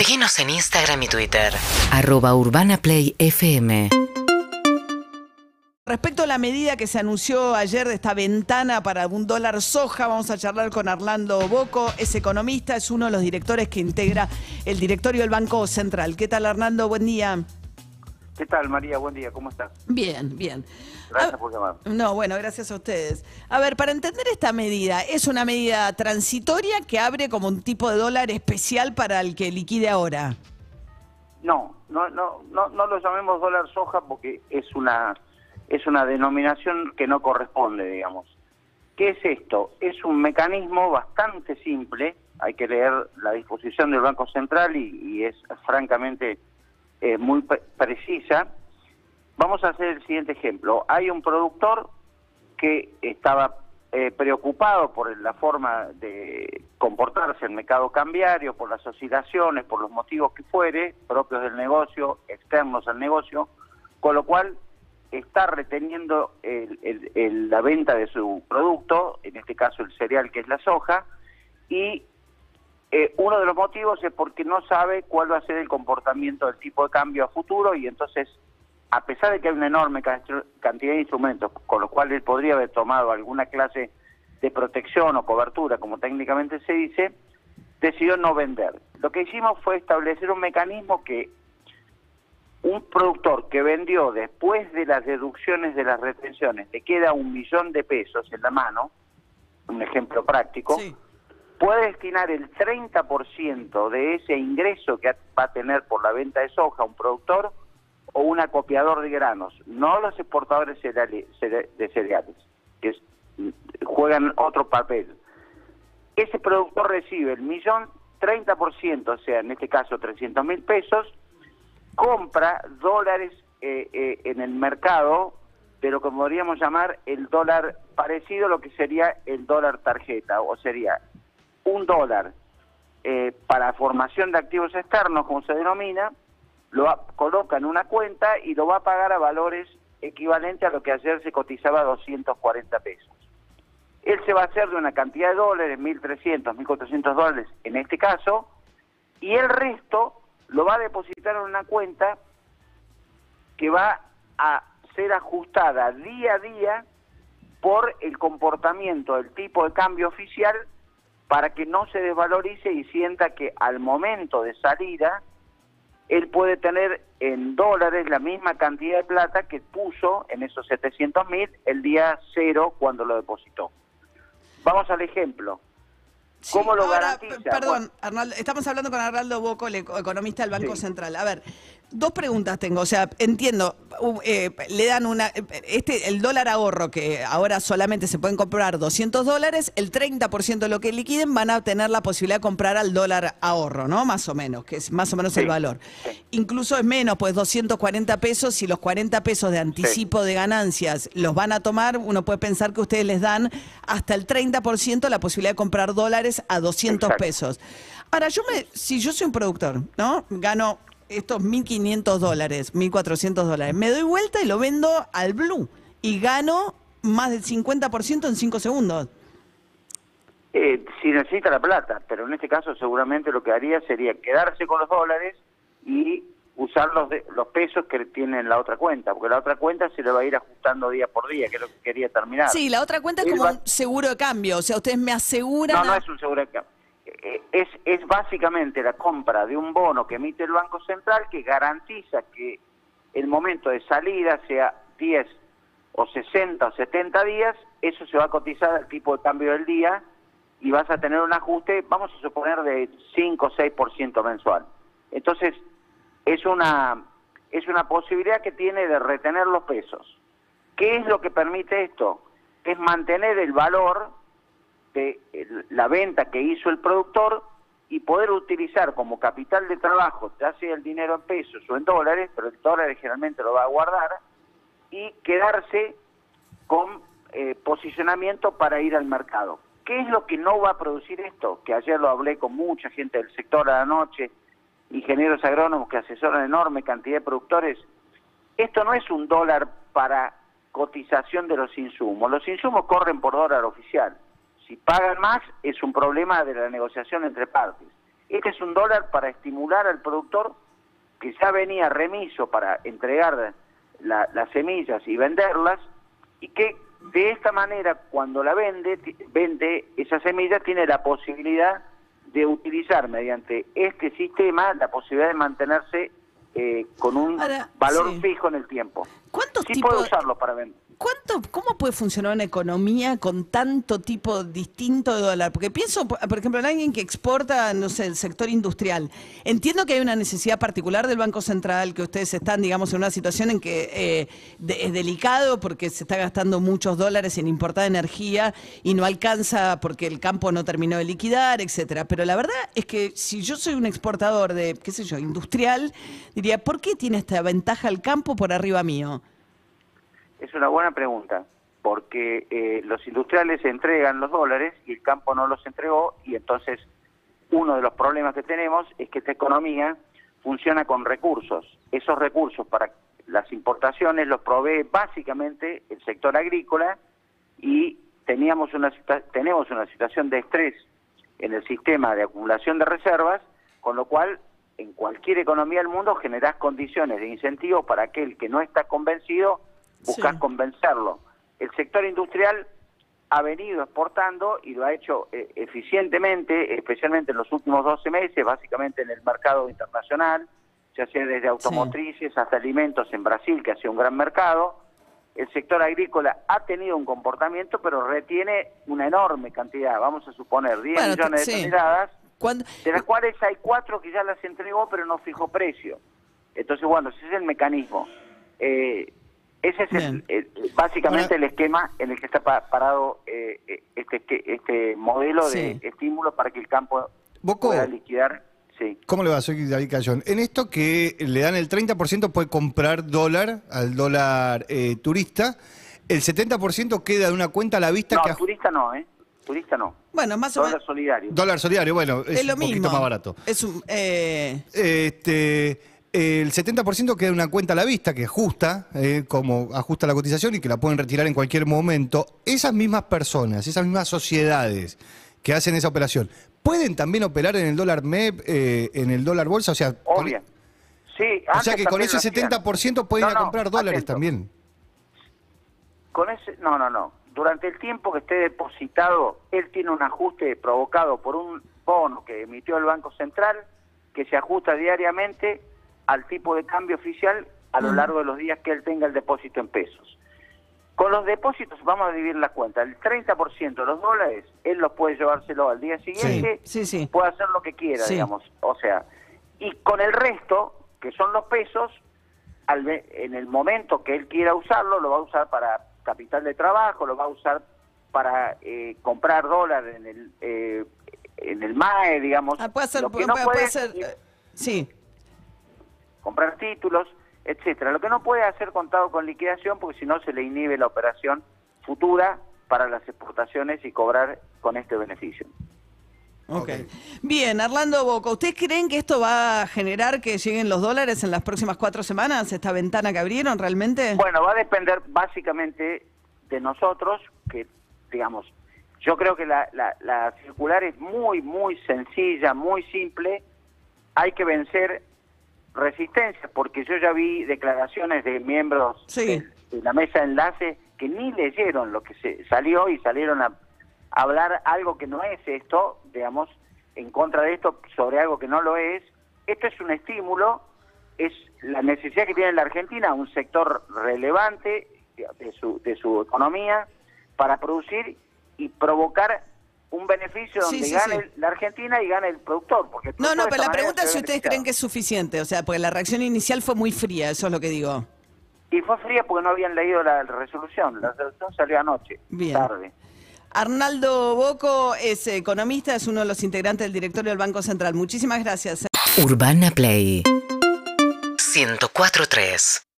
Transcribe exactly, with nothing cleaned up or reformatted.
Seguinos en Instagram y Twitter. arroba Urbana Play F M. Respecto a la medida que se anunció ayer de esta ventana para un dólar soja, vamos a charlar con Arnaldo Bocco, es economista, es uno de los directores que integra el directorio del Banco Central. ¿Qué tal, Arnaldo? Buen día. ¿Qué tal, María? Buen día, ¿cómo estás? Bien, bien. Gracias a, por llamar. No, bueno, gracias a ustedes. A ver, para entender esta medida, ¿es una medida transitoria que abre como un tipo de dólar especial para el que liquide ahora? No, no, no, no, no lo llamemos dólar soja porque es una... es una denominación que no corresponde, digamos. ¿Qué es esto? Es un mecanismo bastante simple, hay que leer la disposición del Banco Central y, y es francamente eh, muy pre precisa. Vamos a hacer el siguiente ejemplo. Hay un productor que estaba eh, preocupado por la forma de comportarse en el mercado cambiario, por las oscilaciones, por los motivos que fuere, propios del negocio, externos al negocio, con lo cual está reteniendo el, el, el, la venta de su producto, en este caso el cereal que es la soja, y eh, uno de los motivos es porque no sabe cuál va a ser el comportamiento del tipo de cambio a futuro, y entonces, a pesar de que hay una enorme cantidad de instrumentos, con los cuales él podría haber tomado alguna clase de protección o cobertura, como técnicamente se dice, decidió no vender. Lo que hicimos fue establecer un mecanismo que un productor que vendió después de las deducciones de las retenciones, le queda un millón de pesos en la mano, un ejemplo práctico, sí, puede destinar el treinta por ciento de ese ingreso que va a tener por la venta de soja a un productor o un acopiador de granos, no los exportadores de cereales, que es, juegan otro papel. Ese productor recibe el millón, treinta por ciento, o sea, en este caso trescientos mil pesos, compra dólares eh, eh, en el mercado de lo que podríamos llamar el dólar parecido a lo que sería el dólar tarjeta, o sería un dólar eh, para formación de activos externos, como se denomina, lo va, coloca en una cuenta y lo va a pagar a valores equivalentes a lo que ayer se cotizaba a doscientos cuarenta pesos. Él se va a hacer de una cantidad de dólares, mil trescientos, mil cuatrocientos dólares en este caso, y el resto lo va a depositar en una cuenta que va a ser ajustada día a día por el comportamiento del tipo de cambio oficial para que no se desvalorice y sienta que al momento de salida él puede tener en dólares la misma cantidad de plata que puso en esos setecientos mil el día cero cuando lo depositó. Vamos al ejemplo. ¿Cómo sí, lo ahora, garantiza? Perdón, Arnaldo, estamos hablando con Arnaldo Bocco, el economista del Banco Sí. Central. A ver, dos preguntas tengo. O sea, entiendo, uh, eh, le dan una... este el dólar ahorro, que ahora solamente se pueden comprar doscientos dólares, el treinta por ciento de lo que liquiden van a tener la posibilidad de comprar al dólar ahorro, ¿no? Más o menos, que es más o menos sí. el valor. Sí. Incluso es menos, pues doscientos cuarenta pesos, si los cuarenta pesos de anticipo sí. de ganancias los van a tomar, uno puede pensar que ustedes les dan hasta el treinta por ciento la posibilidad de comprar dólares a doscientos Exacto. pesos. Ahora, yo me, si yo soy un productor, ¿no? Gano estos mil quinientos dólares, mil cuatrocientos dólares, me doy vuelta y lo vendo al blue y gano más del cincuenta por ciento en cinco segundos. Eh, si necesita la plata, pero en este caso seguramente lo que haría sería quedarse con los dólares y usar los, de, los pesos que tiene en la otra cuenta, porque la otra cuenta se le va a ir ajustando día por día, que es lo que quería terminar. Sí, la otra cuenta es Él como va... un seguro de cambio, o sea, ustedes me aseguran... No, no a... es un seguro de cambio. Es, es básicamente la compra de un bono que emite el Banco Central que garantiza que el momento de salida sea diez o sesenta o setenta días, eso se va a cotizar al tipo de cambio del día y vas a tener un ajuste, vamos a suponer, de cinco o seis por ciento mensual. Entonces, es una, es una posibilidad que tiene de retener los pesos. ¿Qué es lo que permite esto? Es mantener el valor de la venta que hizo el productor y poder utilizar como capital de trabajo, ya sea el dinero en pesos o en dólares, pero el dólar generalmente lo va a guardar, y quedarse con eh, posicionamiento para ir al mercado. ¿Qué es lo que no va a producir esto? Que ayer lo hablé con mucha gente del sector a la noche, ingenieros agrónomos que asesoran enorme cantidad de productores. Esto no es un dólar para cotización de los insumos. Los insumos corren por dólar oficial. Si pagan más, es un problema de la negociación entre partes. Este es un dólar para estimular al productor que ya venía remiso para entregar la, las semillas y venderlas, y que de esta manera, cuando la vende, vende esa semilla, tiene la posibilidad de utilizar mediante este sistema la posibilidad de mantenerse eh, con un Ahora, valor sí. fijo en el tiempo. ¿Cuántos Sí tipos- puede usarlo para vender. ¿Cuánto, ¿Cómo puede funcionar una economía con tanto tipo distinto de dólar? Porque pienso, por por ejemplo, en alguien que exporta, no sé, el sector industrial. Entiendo que hay una necesidad particular del Banco Central, que ustedes están, digamos, en una situación en que eh, de- es delicado porque se está gastando muchos dólares en importar energía y no alcanza porque el campo no terminó de liquidar, etcétera. Pero la verdad es que si yo soy un exportador de, qué sé yo, industrial, diría, ¿por qué tiene esta ventaja el campo por arriba mío? Es una buena pregunta, porque eh, los industriales entregan los dólares y el campo no los entregó, y entonces uno de los problemas que tenemos es que esta economía funciona con recursos. Esos recursos para las importaciones los provee básicamente el sector agrícola, y teníamos una tenemos una situación de estrés en el sistema de acumulación de reservas, con lo cual en cualquier economía del mundo generás condiciones de incentivo para aquel que no está convencido, buscas Sí. convencerlo. El sector industrial ha venido exportando y lo ha hecho eh, eficientemente, especialmente en los últimos doce meses, básicamente en el mercado internacional, ya sea desde automotrices hasta alimentos en Brasil, que ha sido un gran mercado. El sector agrícola ha tenido un comportamiento, pero retiene una enorme cantidad, vamos a suponer diez Bueno, millones de sí. toneladas, Cuando- de las cuales hay cuatro que ya las entregó, pero no fijó precio. Entonces, bueno, ese es el mecanismo. Eh, ese es el, el- básicamente Ahora- el esquema en el que está pa- parado eh, este, este este modelo Sí. de estímulo para que el campo Boco. pueda liquidar. Sí. ¿Cómo le va? Soy David Cayón. En esto que le dan el treinta por ciento puede comprar dólar al dólar eh, turista, el setenta por ciento queda de una cuenta a la vista No, que... aj- turista no, ¿eh? Turista no. Bueno, más o Dólar menos solidario. Dólar solidario, bueno, es, es lo un mismo. poquito más barato. Es un, eh, Este, el setenta por ciento queda en una cuenta a la vista que ajusta, eh, como ajusta la cotización y que la pueden retirar en cualquier momento. Esas mismas personas, esas mismas sociedades que hacen esa operación, ¿pueden también operar en el dólar M E P, eh, en el dólar bolsa? O sea, con- Obvio. Sí, o sea antes que con también ese lo hacían. setenta por ciento pueden No, ir a no, comprar dólares atento. también. Con ese, no, no, no. Durante el tiempo que esté depositado, él tiene un ajuste provocado por un bono que emitió el Banco Central, que se ajusta diariamente al tipo de cambio oficial a lo largo de los días que él tenga el depósito en pesos. Con los depósitos vamos a dividir la cuenta. El treinta por ciento de los dólares, él los puede llevárselo al día siguiente, Sí, sí, sí. puede hacer lo que quiera, Sí. digamos. O sea, y con el resto, que son los pesos, al ve- en el momento que él quiera usarlo, lo va a usar para capital de trabajo, lo va a usar para eh, comprar dólar en el eh, en el M A E, digamos. ah, puede ser, Lo que puede, no puede puede ser, es eh, sí. comprar títulos, etcétera. Lo que no puede hacer contado con liquidación, porque si no se le inhibe la operación futura para las exportaciones y cobrar con este beneficio. Ok. Bien, Arlando Boca, ¿ustedes creen que esto va a generar que lleguen los dólares en las próximas cuatro semanas, esta ventana que abrieron realmente? Bueno, va a depender básicamente de nosotros, que digamos, yo creo que la, la, la circular es muy, muy sencilla, muy simple. Hay que vencer resistencias, porque yo ya vi declaraciones de miembros Sí. de, de la mesa de enlace que ni leyeron lo que se salió y salieron a hablar algo que no es esto, digamos, en contra de esto, sobre algo que no lo es. Esto es un estímulo, es la necesidad que tiene la Argentina, un sector relevante de su, de su economía, para producir y provocar un beneficio Sí, donde sí, gane sí. el- la Argentina y gane el productor. Porque el No, productor no, de pero esta la manera pregunta se es si ve ustedes beneficiado. creen que es suficiente, o sea, porque la reacción inicial fue muy fría, eso es lo que digo. Y fue fría porque no habían leído la resolución. La resolución salió anoche, Bien. tarde. Arnaldo Boco es economista, es uno de los integrantes del directorio del Banco Central. Muchísimas gracias. Urbana Play ciento cuatro punto tres